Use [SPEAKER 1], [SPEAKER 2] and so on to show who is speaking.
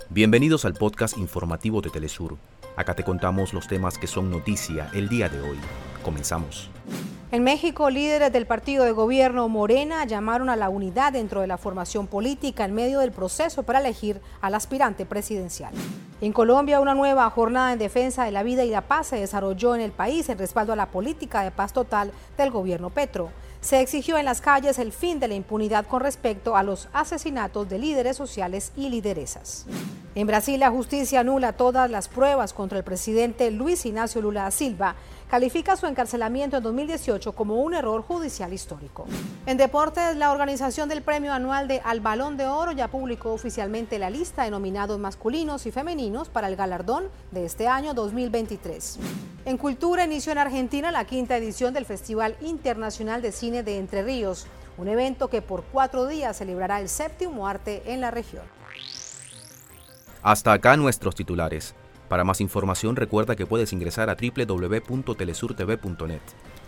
[SPEAKER 1] Bienvenidos al podcast informativo de Telesur. Acá te contamos los temas que son noticia el día de hoy. Comenzamos.
[SPEAKER 2] En México, líderes del partido de gobierno Morena llamaron a la unidad dentro de la formación política en medio del proceso para elegir al aspirante presidencial. En Colombia, una nueva jornada en defensa de la vida y la paz se desarrolló en el país en respaldo a la política de paz total del gobierno Petro. Se exigió en las calles el fin de la impunidad con respecto a los asesinatos de líderes sociales y lideresas. En Brasil, la justicia anula todas las pruebas contra el presidente Luis Ignacio Lula da Silva. Califica su encarcelamiento en 2018 como un error judicial histórico. En deportes, la organización del premio anual Al Balón de Oro ya publicó oficialmente la lista de nominados masculinos y femeninos para el galardón de este año 2023. En cultura, inició en Argentina la 5ª edición del Festival Internacional de Cine de Entre Ríos, un evento que por 4 días celebrará el 7º arte en la región.
[SPEAKER 1] Hasta acá nuestros titulares. Para más información recuerda que puedes ingresar a www.telesurtv.net.